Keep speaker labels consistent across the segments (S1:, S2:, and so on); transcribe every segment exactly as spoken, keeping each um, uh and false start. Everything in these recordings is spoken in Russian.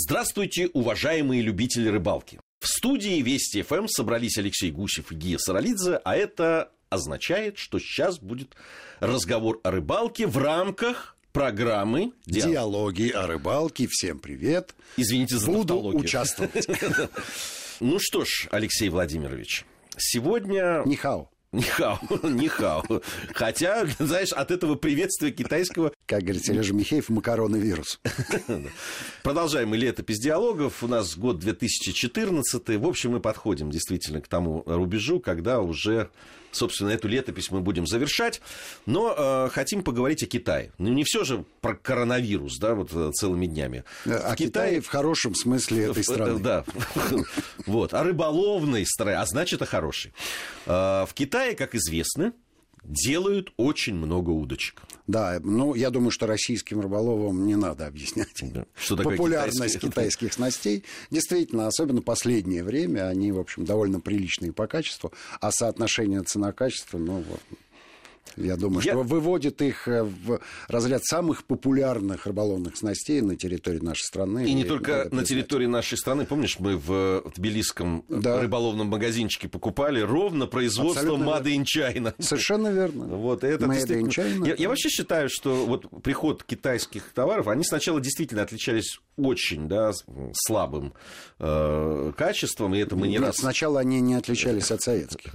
S1: Здравствуйте, уважаемые любители рыбалки. В студии Вести эф эм собрались Алексей Гусев и Гия Саралидзе, а это означает, что сейчас будет разговор о рыбалке в рамках программы
S2: «Диалоги, Диалоги о рыбалке». Всем привет.
S1: Извините за
S2: Буду
S1: тавтологию.
S2: участвовать.
S1: Ну что ж, Алексей Владимирович, сегодня...
S2: Нихао.
S1: Нихао, нихао. Хотя, знаешь, от этого приветствия китайского...
S2: Как говорит Сережа Михеев, макароны-вирус.
S1: Продолжаем мы летопись диалогов. У нас год две тысячи четырнадцатый. В общем, мы подходим действительно к тому рубежу, когда уже, собственно, эту летопись мы будем завершать. Но э, хотим поговорить о Китае. Ну, не все же про коронавирус, да, вот целыми днями.
S2: О в Китае, Китае в хорошем смысле этой страны.
S1: Да. Вот. О рыболовной стране, а значит, о хорошей. В Китае, как известно, делают очень много удочек.
S2: Да, ну, я думаю, что российским рыболовам не надо объяснять да. Что популярность китайские? китайских снастей. Действительно, особенно последнее время, они, в общем, довольно приличные по качеству, а соотношение цена-качество, ну, вот, я думаю, я... что выводит их в разряд самых популярных рыболовных снастей на территории нашей страны.
S1: И не только на территории нашей страны. Помнишь, мы в тбилисском да. рыболовном магазинчике покупали ровно производство Made in China.
S2: Совершенно верно.
S1: Вот, это
S2: Made in China.
S1: Я, я вообще считаю, что вот приход китайских товаров, они сначала действительно отличались очень да, слабым э, качеством, и это мы не
S2: Нет,
S1: раз...
S2: сначала они не отличались от советских.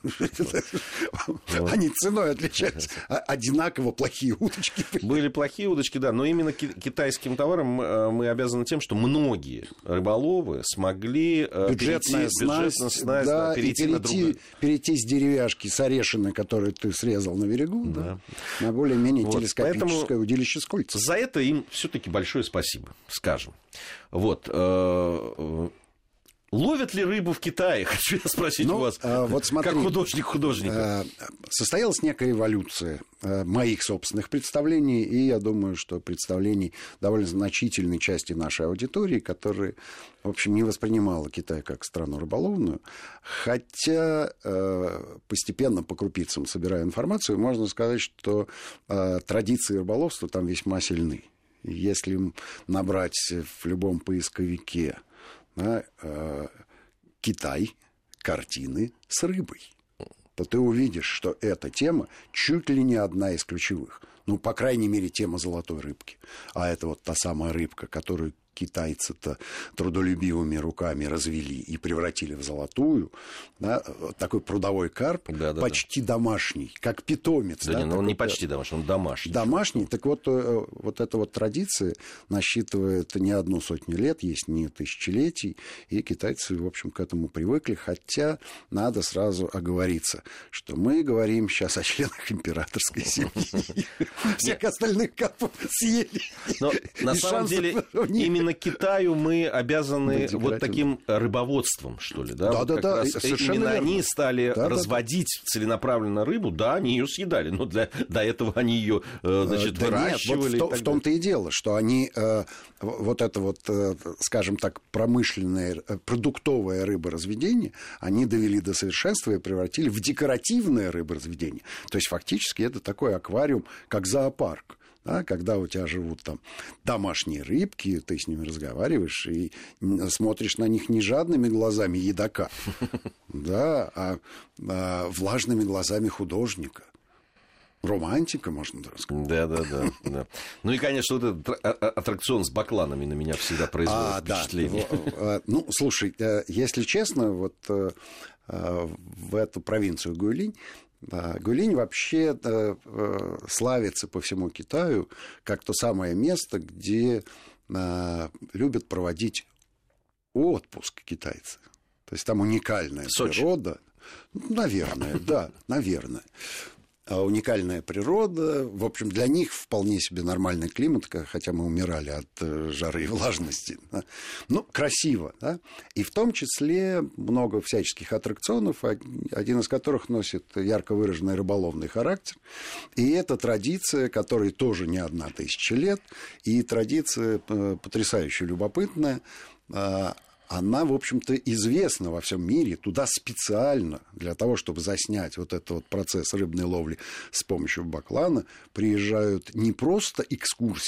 S2: Они ценой отличались. Одинаково плохие удочки.
S1: Были плохие удочки, да, но именно китайским товарам мы обязаны тем, что многие рыболовы смогли
S2: бюджетная снасть, да, перейти на другое. Перейти с деревяшки, с орешины, которую ты срезал на берегу, да. Да, на более-менее вот, телескопическое удилище с кольцами.
S1: За это им все-таки большое спасибо, скажем. Вот. Ловят ли рыбу в Китае? Хочу я спросить ну, у вас, а, вот смотри, как художник художника.
S2: Состоялась некая эволюция моих собственных представлений, и я думаю, что представлений довольно значительной части нашей аудитории, которая, в общем, не воспринимала Китай как страну рыболовную, хотя постепенно по крупицам собирая информацию, можно сказать, что традиции рыболовства там весьма сильны. Если набрать в любом поисковике да, э, Китай, картины с рыбой, то ты увидишь, что эта тема чуть ли не одна из ключевых. Ну, по крайней мере, тема золотой рыбки. А это вот та самая рыбка, которую китайцы-то трудолюбивыми руками развели и превратили в золотую. Да, такой прудовой карп, да, да, почти да. домашний, как питомец.
S1: Да,
S2: да,
S1: не, ну, он не почти домашний, он домашний.
S2: Домашний. Так вот, вот эта вот традиция насчитывает не одну сотню лет, есть не тысячелетий, и китайцы, в общем, к этому привыкли, хотя надо сразу оговориться, что мы говорим сейчас о членах императорской семьи. Всех остальных карпов съели.
S1: Но на самом деле именно Китаю мы обязаны да, вот таким рыбоводством, что ли, да?
S2: Да,
S1: вот
S2: да, да.
S1: Именно верно. Они стали да, разводить да, целенаправленно рыбу, да, они ее съедали, но для, до этого они ее, значит, да выращивали.
S2: Нет, вот в, в том-то и дело, что они э, вот это вот, э, скажем так, промышленное, э, продуктовое рыборазведение, они довели до совершенства и превратили в декоративное рыборазведение. То есть фактически это такой аквариум, как зоопарк. Да, когда у тебя живут там домашние рыбки, ты с ними разговариваешь и смотришь на них не жадными глазами едока, да, а, а влажными глазами художника. Романтика, можно даже сказать.
S1: Да, да, да, да. Ну и, конечно, вот этот аттракцион с бакланами на меня всегда производит а, впечатление.
S2: Да. Ну, слушай, если честно, вот в эту провинцию Гуйлинь, Да, Гуйлинь вообще да, славится по всему Китаю как то самое место, где а, любят проводить отпуск китайцы. То есть там уникальная Сочи. Природа. Наверное, да, наверное. Уникальная природа. В общем, для них вполне себе нормальный климат, хотя мы умирали от жары и влажности. Да. Ну, красиво, да. И в том числе много всяческих аттракционов, один из которых носит ярко выраженный рыболовный характер. И это традиция, которой тоже не одна тысяча лет, и традиция потрясающе любопытная. Она, в общем-то, известна во всем мире. Туда специально для того, чтобы заснять вот этот вот процесс рыбной ловли с помощью баклана, приезжают не просто экскурсии,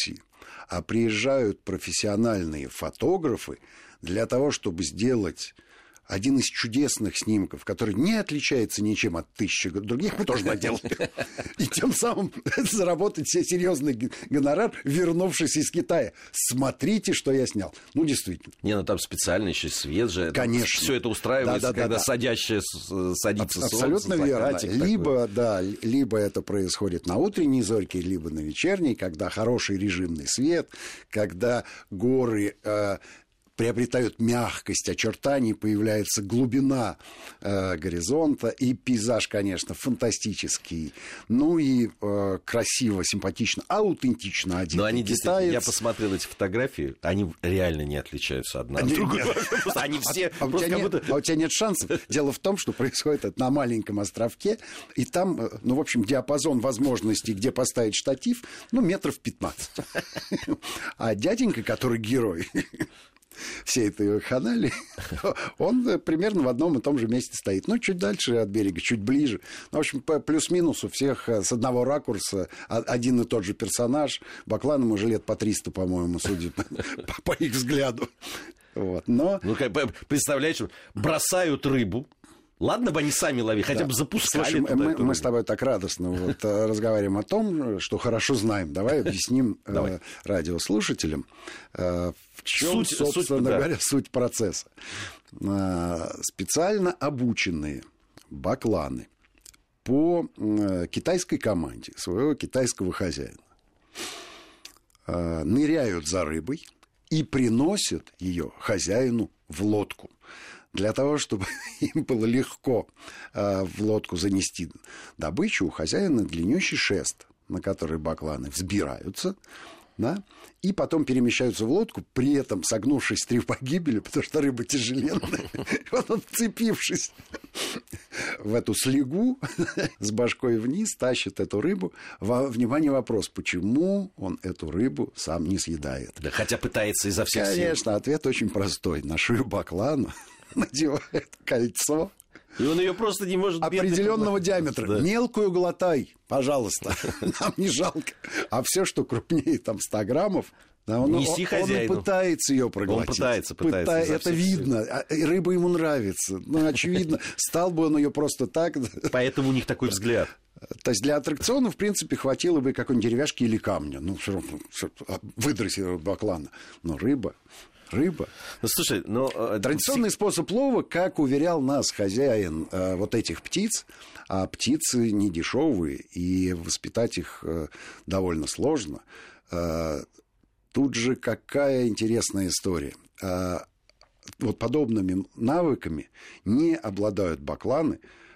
S2: а приезжают профессиональные фотографы для того, чтобы сделать один из чудесных снимков, который не отличается ничем от тысячи других, мы тоже наделали. И тем самым заработать себе серьезный гонорар, вернувшись из Китая. Смотрите, что я снял. Ну, действительно.
S1: Не, ну там специально еще свет же.
S2: Конечно.
S1: Все это устраивается, да, да, когда да, садящее садится солнце.
S2: Абсолютно верно. Либо, да, либо это происходит на утренней зорьке, либо на вечерней, когда хороший режимный свет, когда горы... Э, приобретают мягкость очертаний, появляется глубина э, горизонта, и пейзаж, конечно, фантастический, ну и э, красиво, симпатично, аутентично один.
S1: Но они действительно, я посмотрел эти фотографии, они реально не отличаются одна от другой. Они все
S2: а, а, у будто... а у тебя нет шансов. Дело в том, что происходит это на маленьком островке, и там, ну, в общем, диапазон возможностей, где поставить штатив, ну, метров пятнадцать. А дяденька, который герой... всей этой ханали, он примерно в одном и том же месте стоит. Ну, чуть дальше от берега, чуть ближе. Ну, в общем, плюс-минус у всех с одного ракурса один и тот же персонаж. Бакланам уже лет по триста, по-моему, судя по, по их взгляду. Вот. Но...
S1: Ну, представляешь, бросают рыбу. Ладно бы они сами ловили, хотя да. бы запускали.
S2: Слушай, мы, мы с тобой так радостно вот, разговариваем о том, что хорошо знаем. Давай объясним Давай. Э, радиослушателям, э, в чем, суть, собственно суть, говоря, да. суть процесса. Э, специально обученные бакланы по э, китайской команде своего китайского хозяина э, ныряют за рыбой и приносят ее хозяину в лодку. Для того, чтобы им было легко э, в лодку занести добычу, у хозяина длиннющий шест, на который бакланы взбираются, да, и потом перемещаются в лодку, при этом согнувшись три погибели, потому что рыба тяжеленная. Вот он, вцепившись в эту слегу, с башкой вниз, тащит эту рыбу. Внимание, вопрос, почему он эту рыбу сам не съедает?
S1: Да, хотя пытается изо всех сил.
S2: Конечно, ответ очень простой. На шею баклана надевает кольцо.
S1: И он ее просто не может...
S2: Определенного диаметра. Да. Мелкую глотай, пожалуйста. Нам не жалко. А все, что крупнее там ста граммов, да, он, он, он и пытается ее проглотить.
S1: Он пытается, пытается.
S2: Пыта... Это видно. И рыба ему нравится. Ну, очевидно, стал бы он ее просто так.
S1: Поэтому у них такой взгляд.
S2: То есть для аттракциона, в принципе, хватило бы какой-нибудь деревяшки или камня. Ну, все равно выдрессировать баклана. Но рыба... Рыба.
S1: Ну, слушай, но...
S2: Традиционный способ лова, как уверял нас хозяин э, вот этих птиц, а птицы не дешевые, и воспитать их э, довольно сложно. Э, тут же какая интересная история. Э, вот подобными навыками не обладают бакланы,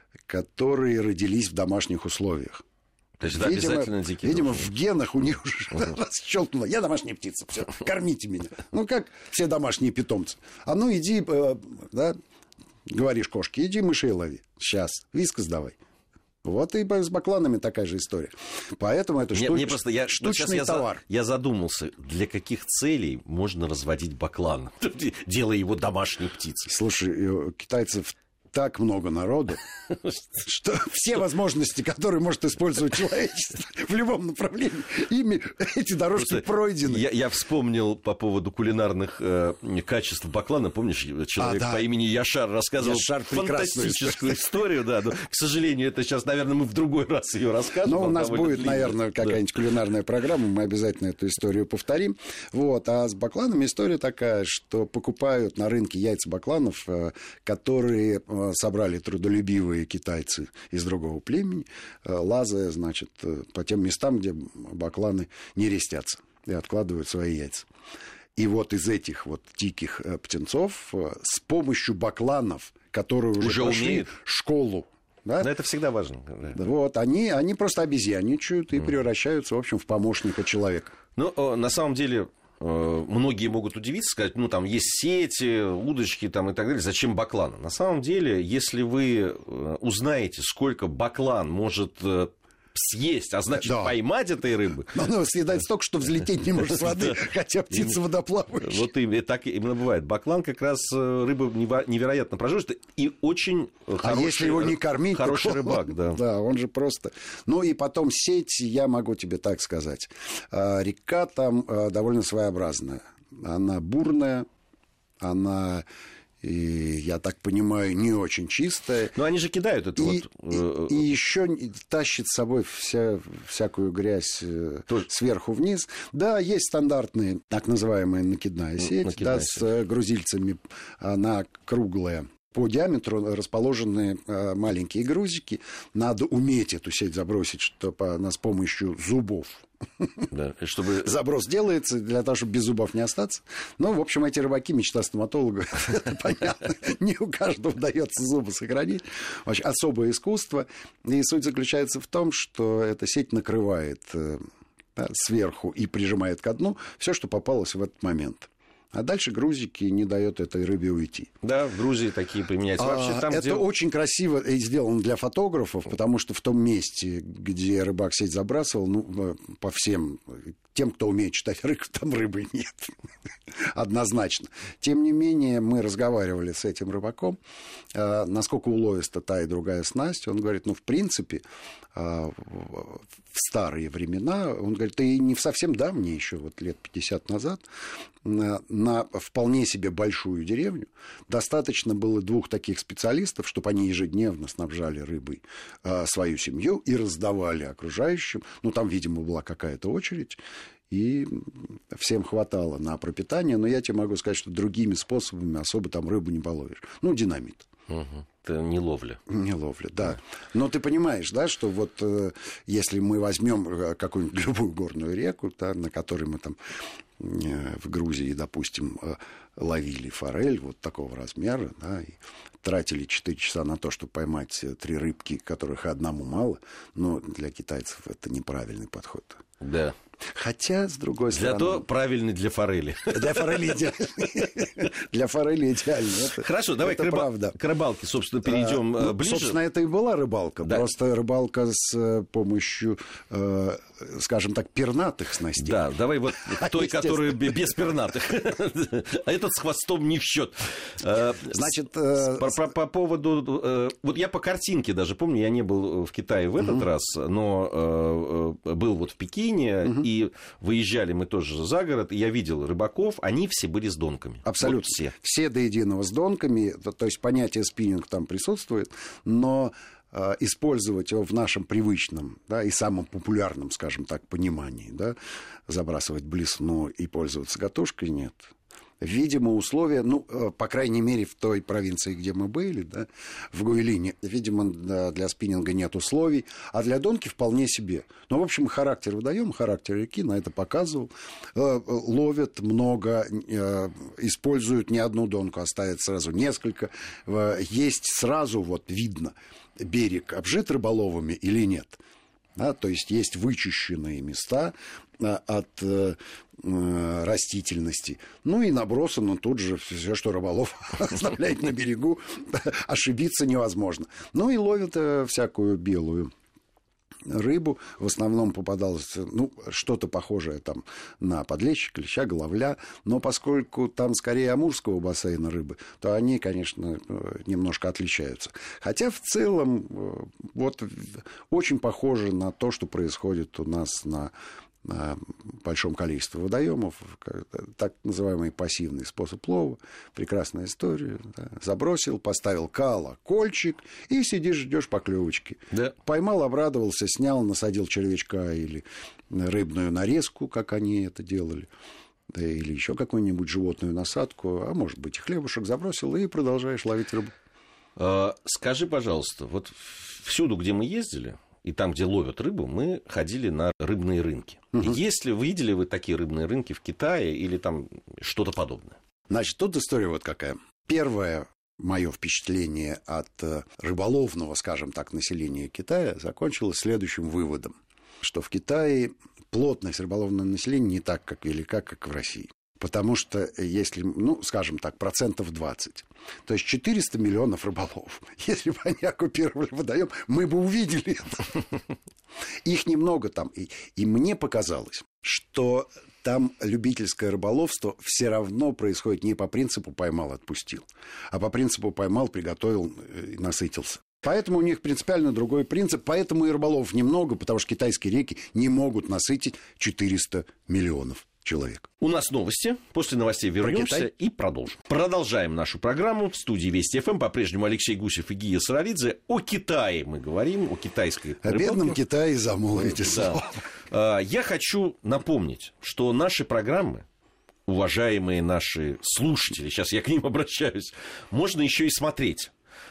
S2: которые родились в домашних условиях.
S1: То есть это видимо, обязательно дикий
S2: видимо в генах у них уже расщелкнуло. Я домашняя птица, все, кормите меня. Ну, как все домашние питомцы. А ну, иди, э, да, говоришь кошке, иди мышей лови. Сейчас, вискас давай. Вот и с бакланами такая же история. Поэтому это штуч...
S1: мне просто, я,
S2: штучный
S1: я
S2: товар.
S1: За, я задумался, для каких целей можно разводить баклана, делая его домашней птицей.
S2: Слушай, у китайцев так много народу, что все возможности, которые может использовать человечество в любом направлении, ими эти дорожки просто пройдены.
S1: Я, я вспомнил по поводу кулинарных э, качеств баклана. Помнишь, человек а, да. по имени Яшар рассказывал
S2: Яшар
S1: фантастическую историю. Да, но, к сожалению, это сейчас, наверное, мы в другой раз ее расскажем.
S2: Но у нас будет, длинная. наверное, какая-нибудь да. кулинарная программа, мы обязательно эту историю повторим. Вот. А с бакланами история такая, что покупают на рынке яйца бакланов, которые собрали трудолюбивые китайцы из другого племени, лазая, значит, по тем местам, где бакланы не рестятся и откладывают свои яйца. И вот из этих вот диких птенцов с помощью бакланов, которые уже, уже прошли умеют. школу, да?
S1: Но это всегда важно.
S2: Вот, они, они просто обезьяничают и mm. превращаются, в общем, в помощника человека.
S1: Ну, на самом деле... Многие могут удивиться, сказать, ну, там есть сети, удочки там, и так далее, зачем баклан? На самом деле, если вы узнаете, сколько баклан может съесть, а значит,
S2: да.
S1: поймать этой рыбы.
S2: Но она съедает столько, что взлететь не может с воды, хотя птица водоплавающая.
S1: Вот именно, так именно бывает. Баклан как раз рыба невероятно прожорливая и очень хороший,
S2: а если его не кормить,
S1: хороший рыбак. Да.
S2: да, он же просто... Ну и потом сеть, я могу тебе так сказать. Река там довольно своеобразная. Она бурная, она... И, я так понимаю, не очень чистая.
S1: Но они же кидают это
S2: и,
S1: вот...
S2: И, и еще тащит с собой вся, всякую грязь Тоже. сверху вниз. Да, есть стандартные, так называемая накидная сеть, накидная да, сеть. С грузильцами. Она круглая. По диаметру расположены э, маленькие грузики. Надо уметь эту сеть забросить, чтобы она с помощью зубов.
S1: Да, чтобы...
S2: Заброс делается для того, чтобы без зубов не остаться. Ну, в общем, эти рыбаки, мечта стоматолога, это понятно. Не у каждого удается зубы сохранить. Очень особое искусство. И суть заключается в том, что эта сеть накрывает э, сверху и прижимает ко дну все, что попалось в этот момент. А дальше грузики не дают этой рыбе уйти.
S1: Да, в Грузии такие применяются. Вообще, там,
S2: это
S1: где...
S2: очень красиво сделано для фотографов, потому что в том месте, где рыбак сеть забрасывал, ну, по всем тем, кто умеет читать рыбу, там рыбы нет. Однозначно. Тем не менее, мы разговаривали с этим рыбаком, насколько уловиста та и другая снасть. Он говорит, ну, в принципе, в старые времена, он говорит, и не в совсем давние еще, вот лет пятьдесят назад, на вполне себе большую деревню достаточно было двух таких специалистов, чтобы они ежедневно снабжали рыбой свою семью и раздавали окружающим. Ну, там, видимо, была какая-то очередь, и всем хватало на пропитание. Но я тебе могу сказать, что другими способами особо там рыбу не половишь. Ну, динамит.
S1: Угу. Это не ловля.
S2: Не ловля, да. Но ты понимаешь, да, что вот э, если мы возьмем какую-нибудь любую горную реку, да, на которой мы там э, в Грузии, допустим, э, ловили форель вот такого размера, да, и тратили четыре часа на то, чтобы поймать три рыбки, которых одному мало, но для китайцев это неправильный подход.
S1: Да.
S2: Хотя, с другой стороны...
S1: Зато правильный для форели.
S2: Для форели идеально. Для форели идеально.
S1: Хорошо, давай к рыбалке, собственно, перейдем ближе.
S2: Собственно, это и была рыбалка. Просто рыбалка с помощью, скажем так, пернатых снастей.
S1: Да, давай вот к той, которая без пернатых. А этот с хвостом не в счет.
S2: Значит...
S1: По поводу... Вот я по картинке даже помню, я не был в Китае в этот раз, но был вот в Пекине, и выезжали мы тоже за город, и я видел рыбаков, они все были с донками.
S2: Абсолютно. Вот все. Все до единого с донками, то, то есть понятие спиннинг там присутствует, но э, использовать его в нашем привычном, да, и самом популярном, скажем так, понимании, да, забрасывать блесну и пользоваться катушкой, нет. Видимо, условия, ну, по крайней мере, в той провинции, где мы были, да, в Гуйлине, видимо, для спиннинга нет условий, а для донки вполне себе. Ну, в общем, характер водоема, характер реки на это показывал. Ловят много, используют не одну донку, а ставят сразу несколько. Есть сразу, вот, видно, берег обжит рыболовами или нет. Да, то есть есть вычищенные места от э, растительности. Ну и набросано тут же все, что рыболов оставляет на берегу. Ошибиться невозможно. Ну и ловят э, всякую белую рыбу. В основном попадалось, ну, что-то похожее там на подлещик, леща, головля. Но поскольку там скорее амурского бассейна рыбы, то они, конечно, немножко отличаются. Хотя в целом вот очень похоже на то, что происходит у нас на большом количестве водоемов, так называемый пассивный способ лова, прекрасная история. Да. Забросил, поставил колокольчик и сидишь, ждешь поклевочки. Да. Поймал, обрадовался, снял, насадил червячка или рыбную нарезку, как они это делали, да, или еще какую-нибудь животную насадку, а может быть и хлебушек забросил, и продолжаешь ловить рыбу.
S1: А, скажи, пожалуйста, вот всюду, где мы ездили, и там, где ловят рыбу, мы ходили на рыбные рынки. Угу. Если вы видели вы такие рыбные рынки в Китае или там что-то подобное?
S2: Значит, тут история вот какая. Первое мое впечатление от рыболовного, скажем так, населения Китая закончилось следующим выводом, что в Китае плотность рыболовного населения не так, как велика, как в России. Потому что если, ну, скажем так, процентов двадцать, то есть четыреста миллионов рыболовов, если бы они оккупировали водоем, мы бы увидели это. Их немного там. И, и мне показалось, что там любительское рыболовство все равно происходит не по принципу «поймал, отпустил», а по принципу «поймал, приготовил и насытился». Поэтому у них принципиально другой принцип, поэтому и рыболовов немного, потому что китайские реки не могут насытить четыреста миллионов человек.
S1: У нас новости. После новостей вернемся и продолжим. Продолжаем нашу программу. В студии Вести ФМ по-прежнему Алексей Гусев и Гия Саралидзе. О Китае мы говорим, о китайской рыбалке.
S2: О бедном Китае замолвите слово.
S1: Да. Я хочу напомнить, что наши программы, уважаемые наши слушатели, сейчас я к ним обращаюсь, можно еще и смотреть.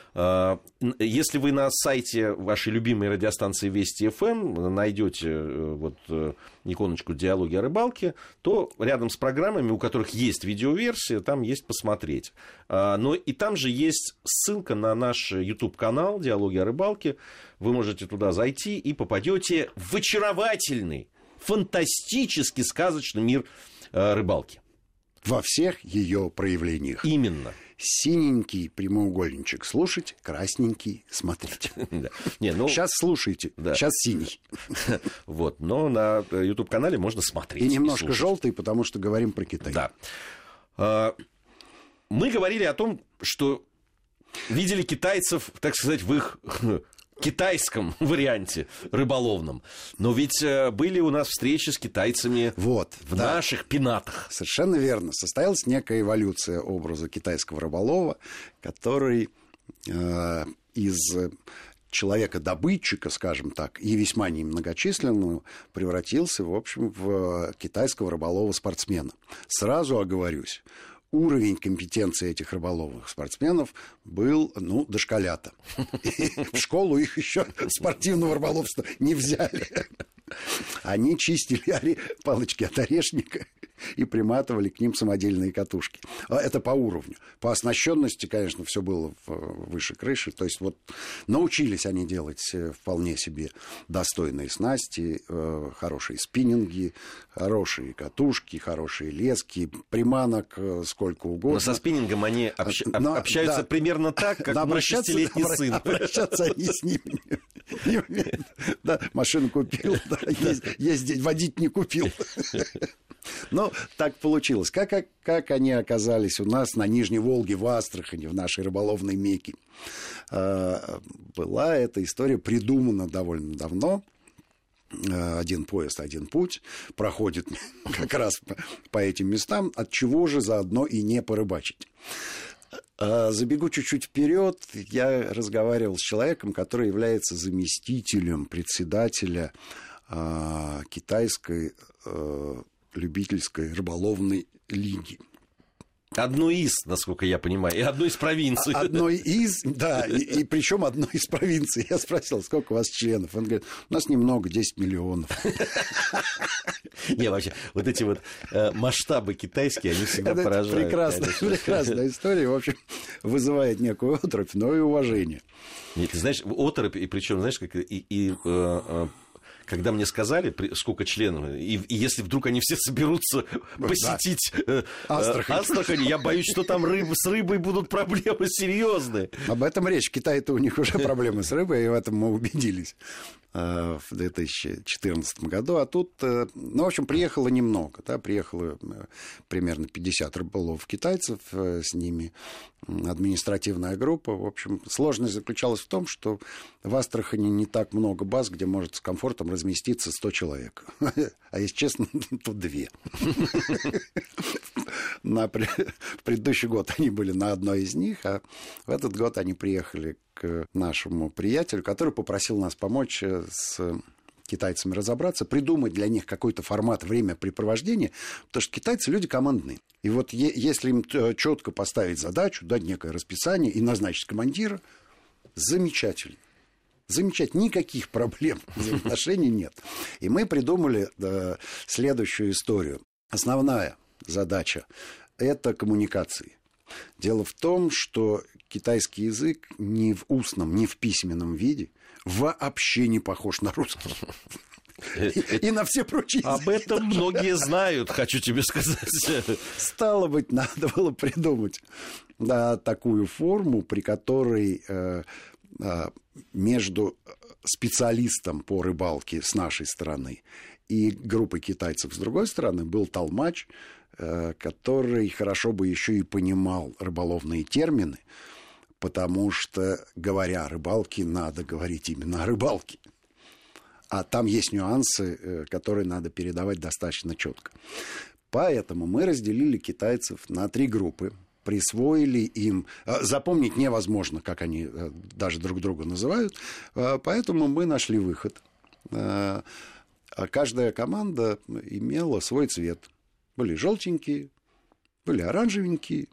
S1: Если вы на сайте вашей любимой радиостанции Вести ФМ найдете вот иконочку «Диалоги о рыбалке», то рядом с программами, у которых есть видеоверсия, там есть «Посмотреть». Но и там же есть ссылка на наш YouTube-канал «Диалоги о рыбалке». Вы можете туда зайти и попадете в очаровательный, фантастический, сказочный мир рыбалки.
S2: Во всех ее проявлениях.
S1: Именно.
S2: Синенький прямоугольничек слушать, красненький смотреть. Сейчас слушайте, сейчас синий.
S1: Вот, но на YouTube-канале можно смотреть.
S2: И немножко желтый, потому что говорим про Китай.
S1: Да. Мы говорили о том, что видели китайцев, так сказать, в их китайском варианте рыболовном. Но ведь были у нас встречи с китайцами вот, в да. наших пенатах.
S2: Совершенно верно. Состоялась некая эволюция образа китайского рыболова, который э, из человека-добытчика, скажем так, и весьма немногочисленного, превратился, в общем, в китайского рыболова-спортсмена. Сразу оговорюсь. Уровень компетенции этих рыболовых спортсменов был, ну, дошколята. В школу их еще спортивного рыболовства не взяли. Они чистили палочки от орешника и приматывали к ним самодельные катушки. Это по уровню. По оснащенности, конечно, все было выше крыши. То есть вот научились они делать вполне себе достойные снасти, хорошие спиннинги, хорошие катушки, хорошие лески, приманок сколько угодно.
S1: Но со спиннингом они общ... Но, общаются да, примерно так, как мой шестилетний сын.
S2: Обращаться они с ними не умеют. Да, машину купил, да, ездить, водить не купил. Но так получилось. Как, как, как они оказались у нас на Нижней Волге, в Астрахани, в нашей рыболовной Мекке? Была эта история придумана довольно давно. Один поезд, один путь проходит как раз по, по этим местам. От чего же заодно и не порыбачить? Забегу чуть-чуть вперед. Я разговаривал с человеком, который является заместителем председателя китайской любительской рыболовной лиги.
S1: Одной из, насколько я понимаю, и одной из провинций.
S2: Одной из, да, и, и причем одной из провинций. Я спросил, сколько у вас членов? Он говорит, у нас немного, десять миллионов.
S1: Не, вообще, вот эти вот масштабы китайские, они всегда поражают.
S2: Прекрасная, прекрасная история, в общем, вызывает некую оторопь, но и уважение.
S1: Нет, ты знаешь, оторопь, и причем, знаешь, как и... и когда мне сказали, сколько членов, и, и если вдруг они все соберутся посетить да. Астрахань. Астрахань, я боюсь, что там рыб, с рыбой будут проблемы серьезные.
S2: Об этом речь. В Китае-то у них уже проблемы с рыбой, и в этом мы убедились в две тысячи четырнадцатом году. А тут, ну, в общем, приехало немного. Да, приехало примерно пятьдесят рыболовов китайцев, с ними административная группа. В общем, сложность заключалась в том, что в Астрахани не так много баз, где может с комфортом разместиться сто человек. А если честно, тут две. На, в предыдущий год они были на одной из них, а в этот год они приехали к нашему приятелю, который попросил нас помочь с китайцами разобраться, придумать для них какой-то формат времяпрепровождения, потому что китайцы люди командные. И вот е- если им четко поставить задачу, дать некое расписание и назначить командира, замечательно. Замечательно. Никаких проблем взаимоотношений нет. И мы придумали э, следующую историю. Основная задача – это коммуникации. Дело в том, что китайский язык ни в устном, ни в письменном виде вообще не похож на русский. и на все прочие языки.
S1: Об этом многие знают, хочу тебе сказать.
S2: Стало быть, надо было придумать да, такую форму, при которой э, э, между специалистом по рыбалке с нашей стороны и группой китайцев с другой стороны был толмач, э, который хорошо бы еще и понимал рыболовные термины, потому что, говоря о рыбалке, надо говорить именно о рыбалке. А там есть нюансы, которые надо передавать достаточно четко. Поэтому мы разделили китайцев на три группы, присвоили им... Запомнить невозможно, как они даже друг друга называют, поэтому мы нашли выход. Каждая команда имела свой цвет. Были желтенькие, были оранжевенькие,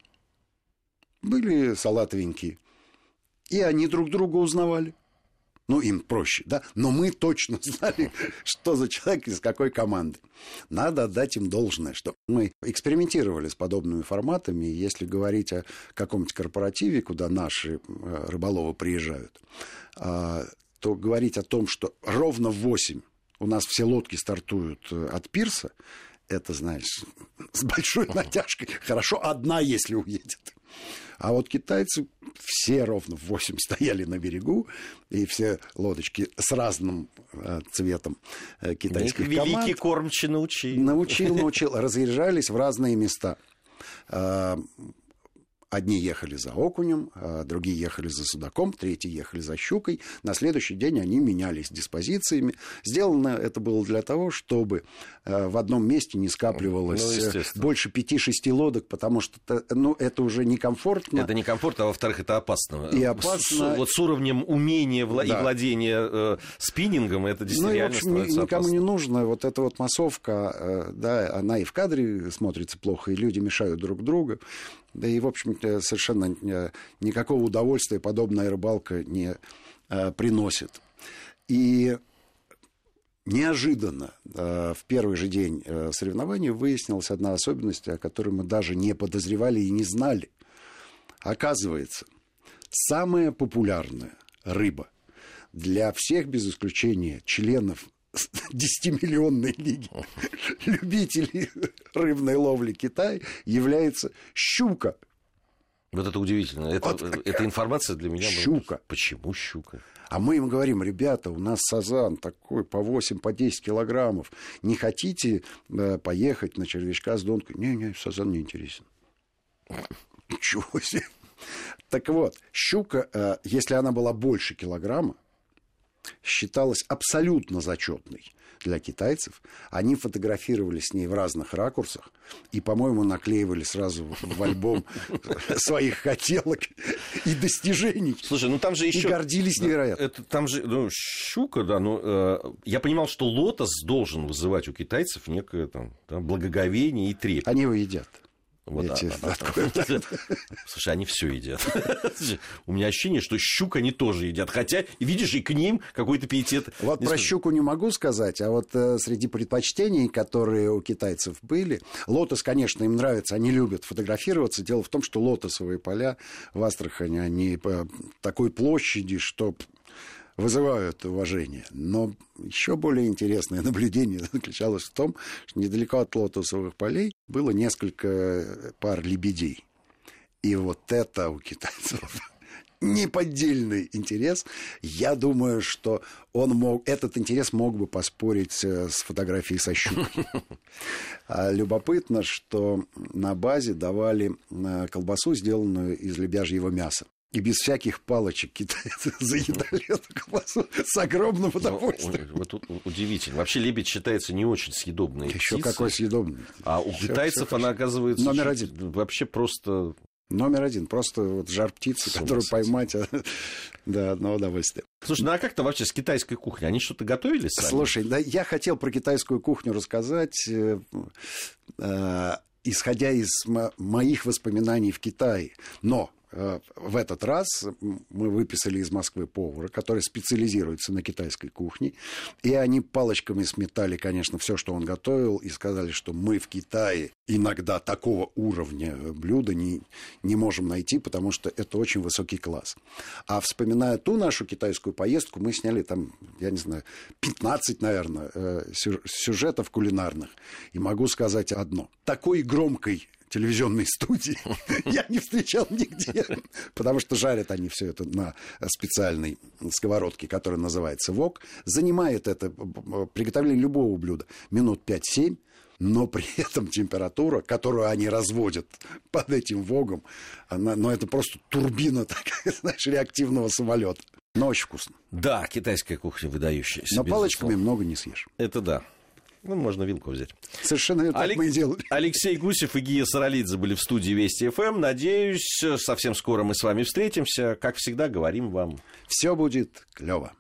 S2: были салатовенькие. И они друг друга узнавали. Ну, им проще, да? Но мы точно знали, что за человек из какой команды. Надо отдать им должное, что мы экспериментировали с подобными форматами. Если говорить о каком-нибудь корпоративе, куда наши рыболовы приезжают, то говорить о том, что ровно в восемь у нас все лодки стартуют от пирса, это, знаешь, с большой натяжкой. Хорошо, одна, если уедет. А вот китайцы все ровно в восемь стояли на берегу, и все лодочки с разным э, цветом э, китайских
S1: великий
S2: команд.
S1: Великий кормчий научил.
S2: Научил, научил. Разъезжались в разные места. Э, Одни ехали за окунем, другие ехали за судаком, третьи ехали за щукой. На следующий день они менялись диспозициями. Сделано это было для того, чтобы в одном месте не скапливалось ну, больше пяти-шести лодок, потому что ну, это уже некомфортно.
S1: Это некомфортно, а во-вторых, это опасно.
S2: И опасно.
S1: С, вот с уровнем умения вла- да. и владения э, спиннингом это действительно ну, и, в общем, становится
S2: никому
S1: опасно.
S2: Не нужно. Вот эта вот массовка, э, да, она и в кадре смотрится плохо, и люди мешают друг другу. Да и, в общем-то, совершенно никакого удовольствия подобная рыбалка не э, приносит. И неожиданно э, в первый же день э, соревнований выяснилась одна особенность, о которой мы даже не подозревали и не знали. Оказывается, самая популярная рыба для всех, без исключения членов десятимиллионной лиги любителей рыбной ловли Китая является щука.
S1: Вот это удивительно. Это, вот эта информация для меня...
S2: Щука.
S1: Была... Почему щука?
S2: А мы им говорим, ребята, у нас сазан такой по восемь, по десять килограммов. Не хотите э, поехать на червячка с донкой? Не-не, сазан не интересен. Ничего себе. Так вот, щука, э, если она была больше килограмма, считалась абсолютно зачетной для китайцев. Они фотографировали с ней в разных ракурсах и, по-моему, наклеивали сразу в альбом своих хотелок и достижений.
S1: Слушай, ну там же еще...
S2: И гордились невероятно.
S1: Это, там же ну, щука, да, но э, я понимал, что лотос должен вызывать у китайцев некое там, да, благоговение и трепет.
S2: Они его едят.
S1: Вот, Эти... а, а, а, Слушай, они все едят. У меня ощущение, что щук они тоже едят. Хотя, видишь, и к ним какой-то пиетет.
S2: Вот про щуку не могу сказать, а вот э, среди предпочтений, которые у китайцев были, лотос, конечно, им нравится, они любят фотографироваться. Дело в том, что лотосовые поля в Астрахани, они по такой площади, что вызывают уважение. Но еще более интересное наблюдение заключалось в том, что недалеко от лотосовых полей было несколько пар лебедей. И вот это у китайцев неподдельный интерес. Я думаю, что он мог, этот интерес мог бы поспорить с фотографией со щукой. Любопытно, что на базе давали колбасу, сделанную из лебяжьего мяса. И без всяких палочек китайцы заедали эту колбасу с огромным удовольствием.
S1: Вот тут удивительно. Вообще лебедь считается не очень съедобной
S2: Еще
S1: птицей.
S2: Какой съедобный.
S1: А у
S2: все,
S1: китайцев все она оказывается...
S2: Номер один.
S1: Вообще просто...
S2: Номер один. Просто вот жар птицы, которую поймать, да, одно удовольствие.
S1: Слушай, ну а как-то вообще с китайской кухней? Они что-то готовили сами?
S2: Слушай, да, я хотел про китайскую кухню рассказать... исходя из моих воспоминаний в Китае. Но в этот раз мы выписали из Москвы повара, который специализируется на китайской кухне, и они палочками сметали, конечно, все, что он готовил, и сказали, что мы в Китае иногда такого уровня блюда не, не можем найти, потому что это очень высокий класс. А вспоминая ту нашу китайскую поездку, мы сняли там, я не знаю, пятнадцать, наверное, сюжетов кулинарных. И могу сказать одно. Такой громкой телевизионной студии я не встречал нигде, потому что жарят они все это на специальной сковородке, которая называется вок. Занимает это приготовление любого блюда минут пять-семь, но при этом температура, которую они разводят под этим вогом, она, ну, это просто турбина такая, знаешь, реактивного самолета. Но очень вкусно.
S1: Да, китайская кухня выдающаяся.
S2: Но палочками много не съешь.
S1: Это да. Ну, можно вилку взять.
S2: Совершенно так Алек... мы и делали.
S1: Алексей Гусев и Гия Саралидзе были в студии Вести эф эм. Надеюсь, совсем скоро мы с вами встретимся. Как всегда, говорим вам.
S2: Все будет клево.